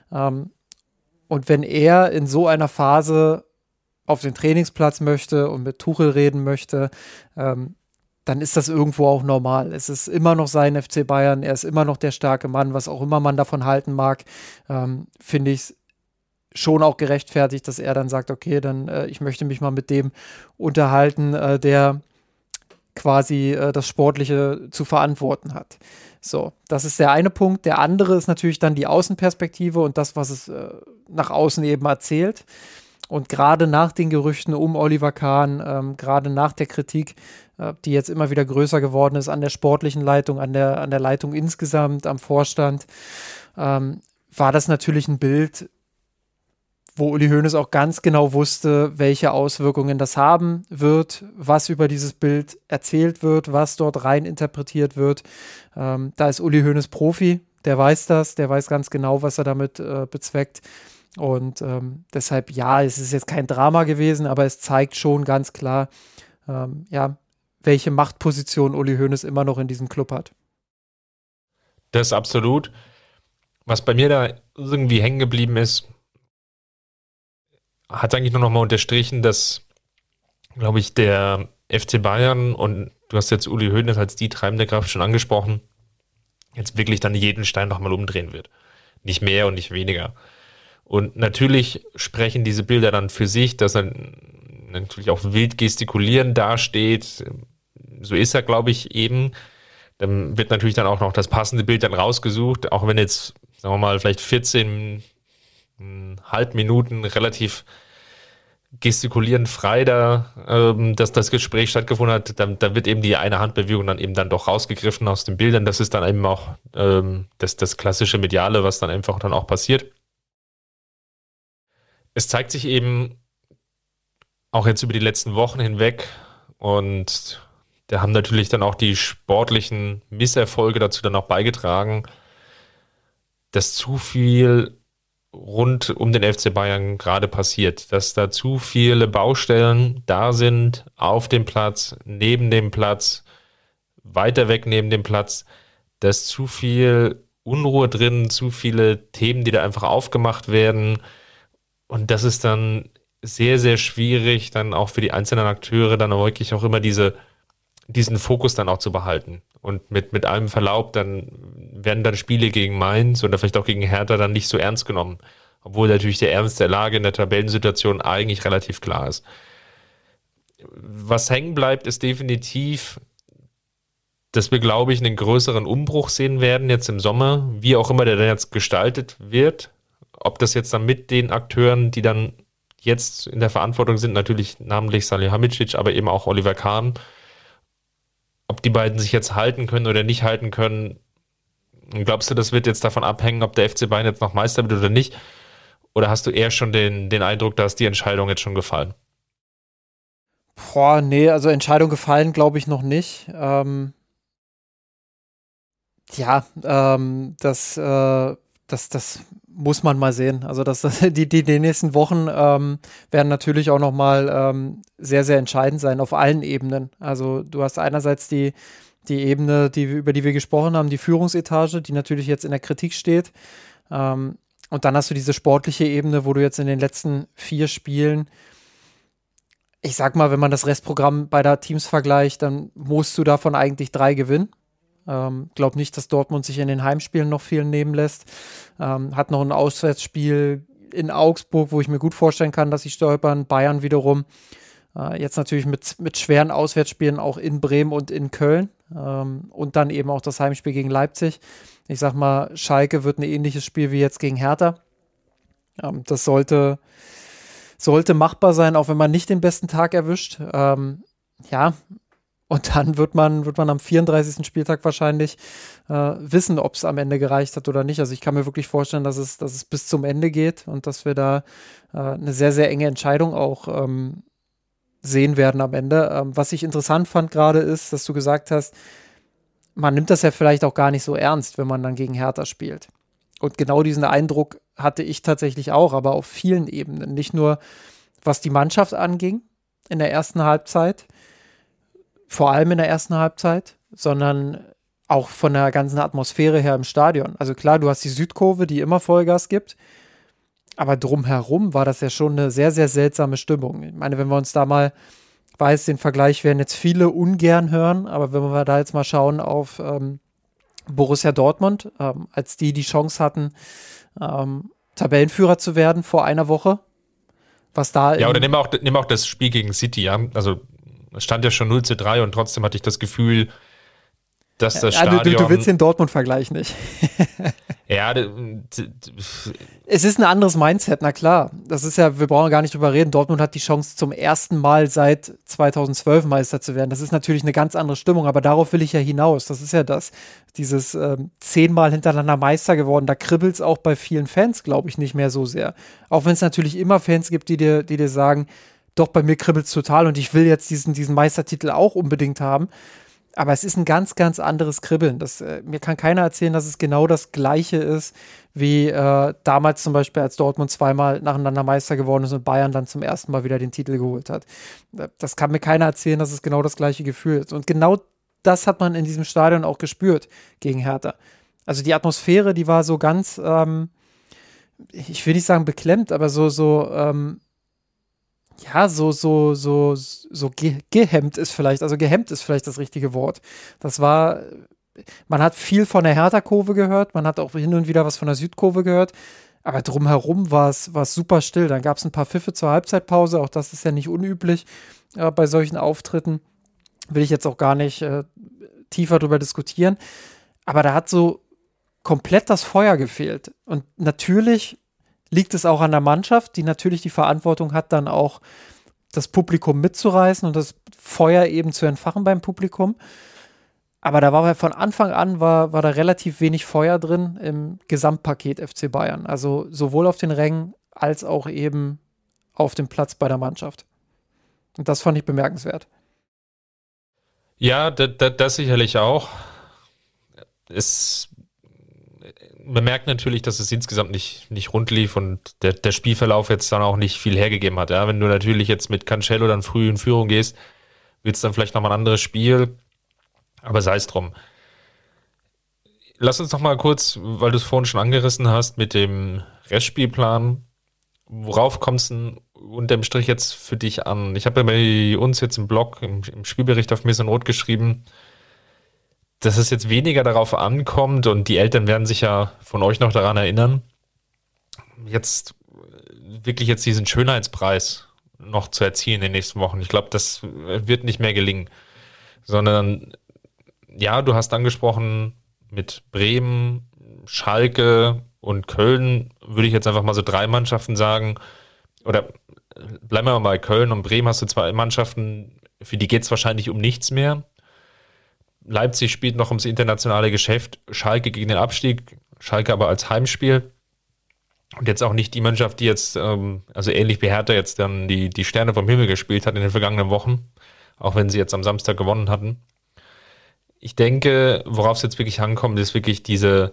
Und wenn er in so einer Phase auf den Trainingsplatz möchte und mit Tuchel reden möchte, dann ist das irgendwo auch normal. Es ist immer noch sein FC Bayern, er ist immer noch der starke Mann, was auch immer man davon halten mag, finde ich es schon auch gerechtfertigt, dass er dann sagt, okay, dann ich möchte mich mal mit dem unterhalten, der quasi das Sportliche zu verantworten hat. So, das ist der eine Punkt. Der andere ist natürlich dann die Außenperspektive und das, was es nach außen eben erzählt. Und gerade nach den Gerüchten um Oliver Kahn, gerade nach der Kritik, die jetzt immer wieder größer geworden ist an der sportlichen Leitung, an der Leitung insgesamt, am Vorstand, war das natürlich ein Bild, wo Uli Hoeneß auch ganz genau wusste, welche Auswirkungen das haben wird, was über dieses Bild erzählt wird, was dort rein interpretiert wird. Da ist Uli Hoeneß Profi, der weiß das, der weiß ganz genau, was er damit bezweckt. Und deshalb, ja, es ist jetzt kein Drama gewesen, aber es zeigt schon ganz klar, welche Machtposition Uli Hoeneß immer noch in diesem Club hat. Das absolut. Was bei mir da irgendwie hängen geblieben ist, hat eigentlich nur noch mal unterstrichen, dass, glaube ich, der FC Bayern und du hast jetzt Uli Hoeneß als die treibende Kraft schon angesprochen, jetzt wirklich dann jeden Stein noch mal umdrehen wird. Nicht mehr und nicht weniger. Und natürlich sprechen diese Bilder dann für sich, dass er natürlich auch wild gestikulierend dasteht. So ist er, glaube ich, eben. Dann wird natürlich dann auch noch das passende Bild dann rausgesucht, auch wenn jetzt, sagen wir mal, vielleicht 14,5 Minuten relativ gestikulierend frei da, dass das Gespräch stattgefunden hat, da wird eben die eine Handbewegung dann eben dann doch rausgegriffen aus den Bildern. Das ist dann eben auch das klassische Mediale, was dann einfach dann auch passiert. Es zeigt sich eben auch jetzt über die letzten Wochen hinweg und da haben natürlich dann auch die sportlichen Misserfolge dazu dann auch beigetragen, dass zu viel rund um den FC Bayern gerade passiert, dass da zu viele Baustellen da sind, auf dem Platz, neben dem Platz, weiter weg neben dem Platz, da ist zu viel Unruhe drin, zu viele Themen, die da einfach aufgemacht werden und das ist dann sehr, sehr schwierig, dann auch für die einzelnen Akteure dann auch wirklich auch immer diesen Fokus dann auch zu behalten. Und mit allem Verlaub, dann werden dann Spiele gegen Mainz oder vielleicht auch gegen Hertha dann nicht so ernst genommen. Obwohl natürlich der Ernst der Lage in der Tabellensituation eigentlich relativ klar ist. Was hängen bleibt, ist definitiv, dass wir, glaube ich, einen größeren Umbruch sehen werden jetzt im Sommer, wie auch immer der dann jetzt gestaltet wird. Ob das jetzt dann mit den Akteuren, die dann jetzt in der Verantwortung sind, natürlich namentlich Salihamidzic, aber eben auch Oliver Kahn, ob die beiden sich jetzt halten können oder nicht halten können, glaubst du, das wird jetzt davon abhängen, ob der FC Bayern jetzt noch Meister wird oder nicht? Oder hast du eher schon den Eindruck, dass die Entscheidung jetzt schon gefallen? Boah, nee, also Entscheidung gefallen glaube ich noch nicht. Das muss man mal sehen. Also die nächsten Wochen werden natürlich auch noch mal sehr, sehr entscheidend sein auf allen Ebenen. Also du hast einerseits die Ebene, über die wir gesprochen haben, die Führungsetage, die natürlich jetzt in der Kritik steht. Und dann hast du diese sportliche Ebene, wo du jetzt in den letzten 4 Spielen, ich sag mal, wenn man das Restprogramm beider Teams vergleicht, dann musst du davon eigentlich 3 gewinnen. Glaub nicht, dass Dortmund sich in den Heimspielen noch viel nehmen lässt. Hat noch ein Auswärtsspiel in Augsburg, wo ich mir gut vorstellen kann, dass sie stolpern. Bayern wiederum. Jetzt natürlich mit schweren Auswärtsspielen auch in Bremen und in Köln. Und dann eben auch das Heimspiel gegen Leipzig. Ich sag mal, Schalke wird ein ähnliches Spiel wie jetzt gegen Hertha. Das sollte machbar sein, auch wenn man nicht den besten Tag erwischt. Und dann wird man am 34. Spieltag wahrscheinlich wissen, ob es am Ende gereicht hat oder nicht. Also ich kann mir wirklich vorstellen, dass es bis zum Ende geht und dass wir da eine sehr, sehr enge Entscheidung auch sehen werden am Ende. Was ich interessant fand gerade ist, dass du gesagt hast, man nimmt das ja vielleicht auch gar nicht so ernst, wenn man dann gegen Hertha spielt. Und genau diesen Eindruck hatte ich tatsächlich auch, aber auf vielen Ebenen. Nicht nur, was die Mannschaft anging in der ersten Halbzeit, vor allem in der ersten Halbzeit, sondern auch von der ganzen Atmosphäre her im Stadion. Also klar, du hast die Südkurve, die immer Vollgas gibt, aber drumherum war das ja schon eine sehr, sehr seltsame Stimmung. Ich meine, wenn wir uns da mal, den Vergleich werden jetzt viele ungern hören, aber wenn wir da jetzt mal schauen auf Borussia Dortmund, als die Chance hatten, Tabellenführer zu werden vor einer Woche, was da... Ja, oder nimm auch das Spiel gegen City, ja, also es stand ja schon 0:3 und trotzdem hatte ich das Gefühl, dass das Stadion... Du willst den Dortmund-Vergleich nicht. Ja, es ist ein anderes Mindset, na klar. Das ist ja, wir brauchen gar nicht drüber reden. Dortmund hat die Chance, zum ersten Mal seit 2012 Meister zu werden. Das ist natürlich eine ganz andere Stimmung, aber darauf will ich ja hinaus. Das ist ja dieses 10-mal hintereinander Meister geworden. Da kribbelt es auch bei vielen Fans, glaube ich, nicht mehr so sehr. Auch wenn es natürlich immer Fans gibt, die dir sagen, doch, bei mir kribbelt es total und ich will jetzt diesen Meistertitel auch unbedingt haben. Aber es ist ein ganz, ganz anderes Kribbeln. Mir kann keiner erzählen, dass es genau das Gleiche ist, wie damals zum Beispiel, als Dortmund 2-mal nacheinander Meister geworden ist und Bayern dann zum ersten Mal wieder den Titel geholt hat. Das kann mir keiner erzählen, dass es genau das gleiche Gefühl ist. Und genau das hat man in diesem Stadion auch gespürt gegen Hertha. Also die Atmosphäre, die war so ganz, ich will nicht sagen beklemmt, aber gehemmt ist vielleicht das richtige Wort. Man hat viel von der Hertha-Kurve gehört, man hat auch hin und wieder was von der Südkurve gehört, aber drumherum war es super still. Dann gab es ein paar Pfiffe zur Halbzeitpause, auch das ist ja nicht unüblich bei solchen Auftritten. Will ich jetzt auch gar nicht tiefer drüber diskutieren. Aber da hat so komplett das Feuer gefehlt. Und natürlich liegt es auch an der Mannschaft, die natürlich die Verantwortung hat, dann auch das Publikum mitzureißen und das Feuer eben zu entfachen beim Publikum. Aber da war von Anfang an war da relativ wenig Feuer drin im Gesamtpaket FC Bayern. Also sowohl auf den Rängen als auch eben auf dem Platz bei der Mannschaft. Und das fand ich bemerkenswert. Ja, das sicherlich auch. Man merkt natürlich, dass es insgesamt nicht rund lief und der Spielverlauf jetzt dann auch nicht viel hergegeben hat. Ja? Wenn du natürlich jetzt mit Cancelo dann früh in Führung gehst, wird es dann vielleicht nochmal ein anderes Spiel. Aber sei es drum. Lass uns noch mal kurz, weil du es vorhin schon angerissen hast, mit dem Restspielplan. Worauf kommt es denn unterm Strich jetzt für dich an? Ich habe ja bei uns jetzt im Blog, im Spielbericht auf Mir ist Rot geschrieben, dass es jetzt weniger darauf ankommt und die Eltern werden sich ja von euch noch daran erinnern, jetzt wirklich jetzt diesen Schönheitspreis noch zu erzielen in den nächsten Wochen. Ich glaube, das wird nicht mehr gelingen, sondern ja, du hast angesprochen, mit Bremen, Schalke und Köln würde ich jetzt einfach mal so 3 Mannschaften sagen, oder bleiben wir mal bei Köln und Bremen, hast du 2 Mannschaften, für die geht es wahrscheinlich um nichts mehr. Leipzig spielt noch ums internationale Geschäft, Schalke gegen den Abstieg, Schalke aber als Heimspiel. Und jetzt auch nicht die Mannschaft, die jetzt, also ähnlich wie Hertha jetzt dann die Sterne vom Himmel gespielt hat in den vergangenen Wochen, auch wenn sie jetzt am Samstag gewonnen hatten. Ich denke, worauf es jetzt wirklich ankommt, ist wirklich diese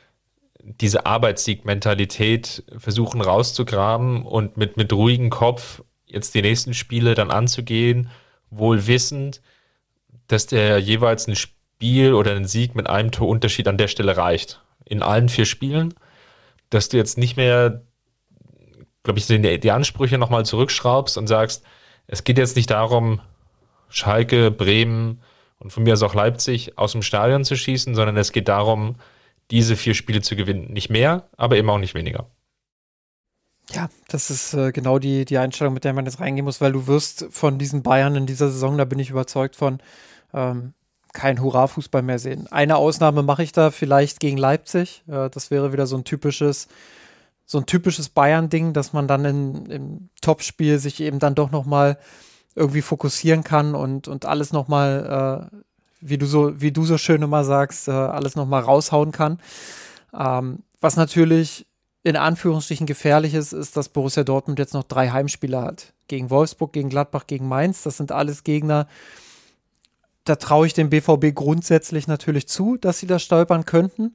Arbeitssieg-Mentalität versuchen rauszugraben und mit ruhigem Kopf jetzt die nächsten Spiele dann anzugehen, wohl wissend, dass der jeweils ein Spiel oder ein Sieg mit einem Torunterschied an der Stelle reicht. In allen 4 Spielen, dass du jetzt nicht mehr, glaube ich, die Ansprüche nochmal zurückschraubst und sagst, es geht jetzt nicht darum, Schalke, Bremen und von mir aus auch Leipzig aus dem Stadion zu schießen, sondern es geht darum, diese 4 Spiele zu gewinnen. Nicht mehr, aber eben auch nicht weniger. Ja, das ist genau die Einstellung, mit der man jetzt reingehen muss, weil du wirst von diesen Bayern in dieser Saison, da bin ich überzeugt von, kein Hurra-Fußball mehr sehen. Eine Ausnahme mache ich da vielleicht gegen Leipzig. Das wäre wieder so ein typisches Bayern-Ding, dass man dann im Topspiel sich eben dann doch noch mal irgendwie fokussieren kann und alles noch mal, wie du so schön immer sagst, alles noch mal raushauen kann. Was natürlich in Anführungsstrichen gefährlich ist, dass Borussia Dortmund jetzt noch 3 Heimspiele hat. Gegen Wolfsburg, gegen Gladbach, gegen Mainz. Das sind alles Gegner, da traue ich dem BVB grundsätzlich natürlich zu, dass sie da stolpern könnten.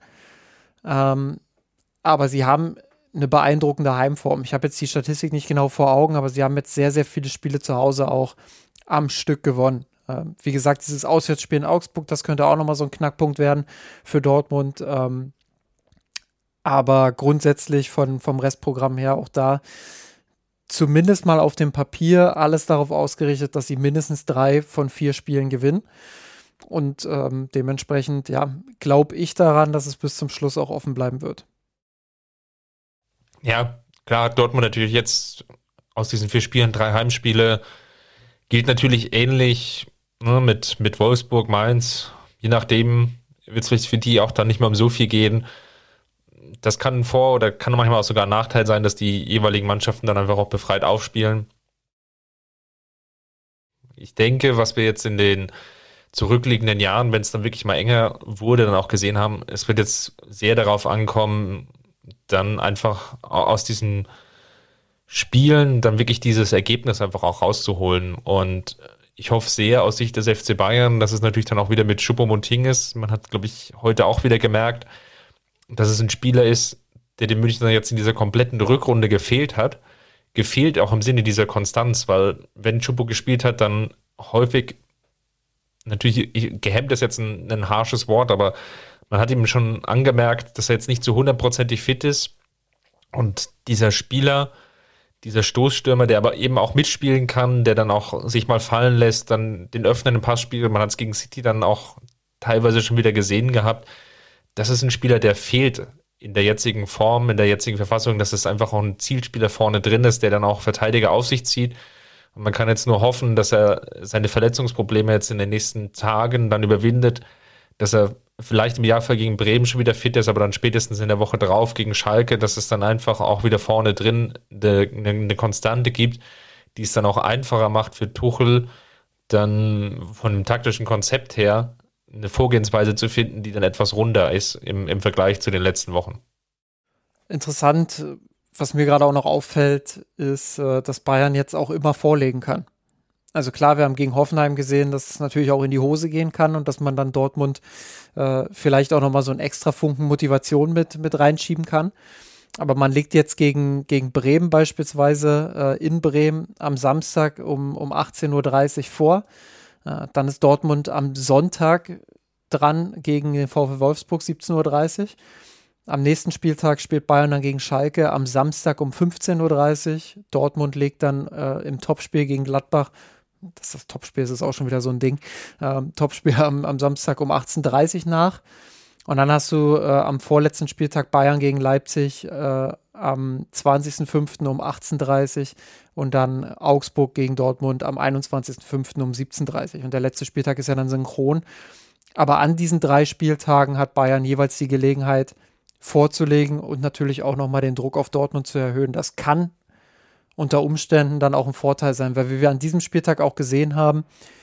Aber sie haben eine beeindruckende Heimform. Ich habe jetzt die Statistik nicht genau vor Augen, aber sie haben jetzt sehr, sehr viele Spiele zu Hause auch am Stück gewonnen. Wie gesagt, dieses Auswärtsspiel in Augsburg, das könnte auch nochmal so ein Knackpunkt werden für Dortmund. Aber grundsätzlich vom Restprogramm her auch da zumindest mal auf dem Papier alles darauf ausgerichtet, dass sie mindestens 3 von 4 Spielen gewinnen. Und dementsprechend, ja, glaube ich daran, dass es bis zum Schluss auch offen bleiben wird. Ja, klar hat Dortmund natürlich jetzt aus diesen 4 Spielen 3 Heimspiele. Gilt natürlich ähnlich, ne, mit Wolfsburg, Mainz. Je nachdem wird es vielleicht für die auch dann nicht mehr um so viel gehen. Das kann kann manchmal auch sogar ein Nachteil sein, dass die jeweiligen Mannschaften dann einfach auch befreit aufspielen. Ich denke, was wir jetzt in den zurückliegenden Jahren, wenn es dann wirklich mal enger wurde, dann auch gesehen haben, es wird jetzt sehr darauf ankommen, dann einfach aus diesen Spielen dann wirklich dieses Ergebnis einfach auch rauszuholen. Und ich hoffe sehr aus Sicht des FC Bayern, dass es natürlich dann auch wieder mit Choupo-Moting ist. Man hat, glaube ich, heute auch wieder gemerkt, dass es ein Spieler ist, der dem Münchner jetzt in dieser kompletten Rückrunde gefehlt hat. Gefehlt auch im Sinne dieser Konstanz, weil wenn Choupo gespielt hat, dann häufig, natürlich, gehemmt ist jetzt ein harsches Wort, aber man hat ihm schon angemerkt, dass er jetzt nicht zu 100%ig fit ist. Und dieser Spieler, dieser Stoßstürmer, der aber eben auch mitspielen kann, der dann auch sich mal fallen lässt, dann den öffnenden Passspiel, man hat es gegen City dann auch teilweise schon wieder gesehen gehabt. Das ist ein Spieler, der fehlt in der jetzigen Form, in der jetzigen Verfassung, dass es einfach auch ein Zielspieler vorne drin ist, der dann auch Verteidiger auf sich zieht. Und man kann jetzt nur hoffen, dass er seine Verletzungsprobleme jetzt in den nächsten Tagen dann überwindet, dass er vielleicht im Jahrfall gegen Bremen schon wieder fit ist, aber dann spätestens in der Woche drauf gegen Schalke, dass es dann einfach auch wieder vorne drin eine Konstante gibt, die es dann auch einfacher macht für Tuchel, dann von dem taktischen Konzept her eine Vorgehensweise zu finden, die dann etwas runder ist im Vergleich zu den letzten Wochen. Interessant, was mir gerade auch noch auffällt, ist, dass Bayern jetzt auch immer vorlegen kann. Also klar, wir haben gegen Hoffenheim gesehen, dass es natürlich auch in die Hose gehen kann und dass man dann Dortmund vielleicht auch nochmal so einen extra Funken Motivation mit reinschieben kann. Aber man legt jetzt gegen Bremen beispielsweise in Bremen am Samstag um 18.30 Uhr vor. Dann ist Dortmund am Sonntag dran gegen den VfL Wolfsburg 17.30 Uhr. Am nächsten Spieltag spielt Bayern dann gegen Schalke am Samstag um 15.30 Uhr. Dortmund legt dann im Topspiel gegen Gladbach, das Topspiel ist auch schon wieder so ein Ding, Topspiel am Samstag um 18.30 Uhr nach. Und dann hast du am vorletzten Spieltag Bayern gegen Leipzig am 20.05. um 18.30 Uhr und dann Augsburg gegen Dortmund am 21.05. um 17.30 Uhr. Und der letzte Spieltag ist ja dann synchron. Aber an diesen 3 Spieltagen hat Bayern jeweils die Gelegenheit vorzulegen und natürlich auch nochmal den Druck auf Dortmund zu erhöhen. Das kann unter Umständen dann auch ein Vorteil sein, weil wie wir an diesem Spieltag auch gesehen haben,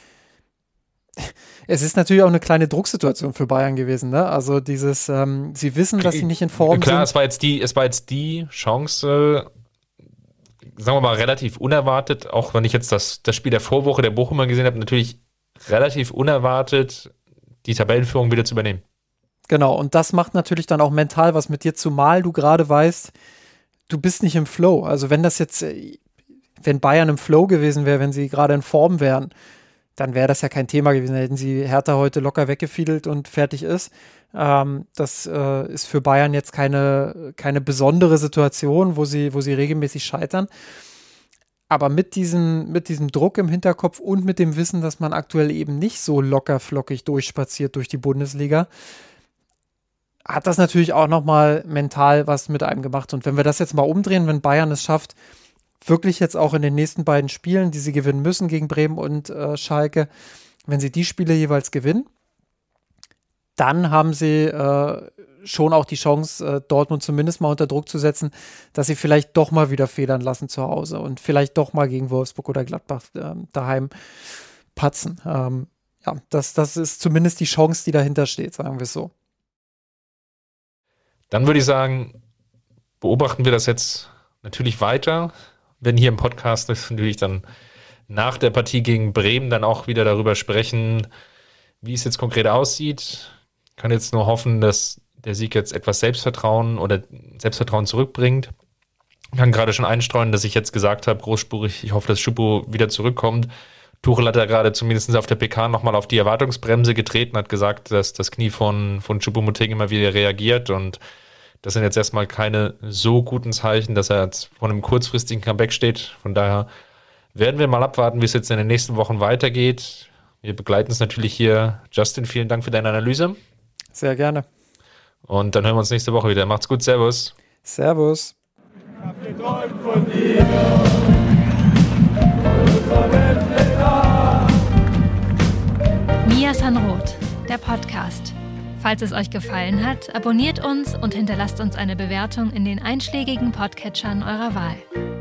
es ist natürlich auch eine kleine Drucksituation für Bayern gewesen, ne? Also dieses, sie wissen, dass sie nicht in Form sind. Klar, es war jetzt die Chance, sagen wir mal, relativ unerwartet, auch wenn ich jetzt das Spiel der Vorwoche der Bochumer gesehen habe, natürlich relativ unerwartet, die Tabellenführung wieder zu übernehmen. Genau, und das macht natürlich dann auch mental was mit dir, zumal du gerade weißt, du bist nicht im Flow. Also wenn Bayern im Flow gewesen wäre, wenn sie gerade in Form wären, dann wäre das ja kein Thema gewesen. Dann hätten sie Hertha heute locker weggefiedelt und fertig ist. Das ist für Bayern jetzt keine besondere Situation, wo sie regelmäßig scheitern. Aber mit diesem Druck im Hinterkopf und mit dem Wissen, dass man aktuell eben nicht so locker flockig durchspaziert durch die Bundesliga, hat das natürlich auch nochmal mental was mit einem gemacht. Und wenn wir das jetzt mal umdrehen, wenn Bayern es schafft, wirklich jetzt auch in den nächsten beiden Spielen, die sie gewinnen müssen gegen Bremen und Schalke, wenn sie die Spiele jeweils gewinnen, dann haben sie schon auch die Chance, Dortmund zumindest mal unter Druck zu setzen, dass sie vielleicht doch mal wieder federn lassen zu Hause und vielleicht doch mal gegen Wolfsburg oder Gladbach daheim patzen. Ja, das ist zumindest die Chance, die dahinter steht, sagen wir es so. Dann würde ich sagen, beobachten wir das jetzt natürlich weiter, wenn hier im Podcast natürlich dann nach der Partie gegen Bremen dann auch wieder darüber sprechen, wie es jetzt konkret aussieht. Ich kann jetzt nur hoffen, dass der Sieg jetzt etwas Selbstvertrauen zurückbringt. Ich kann gerade schon einstreuen, dass ich jetzt gesagt habe, großspurig, ich hoffe, dass Choupo wieder zurückkommt. Tuchel hat ja gerade zumindest auf der PK nochmal auf die Erwartungsbremse getreten, hat gesagt, dass das Knie von Choupo-Moting immer wieder reagiert und das sind jetzt erstmal keine so guten Zeichen, dass er jetzt vor einem kurzfristigen Comeback steht. Von daher werden wir mal abwarten, wie es jetzt in den nächsten Wochen weitergeht. Wir begleiten es natürlich hier. Justin, vielen Dank für deine Analyse. Sehr gerne. Und dann hören wir uns nächste Woche wieder. Macht's gut, servus. Servus. Ich hab geträumt von dir. Mia Sanroth, der Podcast. Falls es euch gefallen hat, abonniert uns und hinterlasst uns eine Bewertung in den einschlägigen Podcatchern eurer Wahl.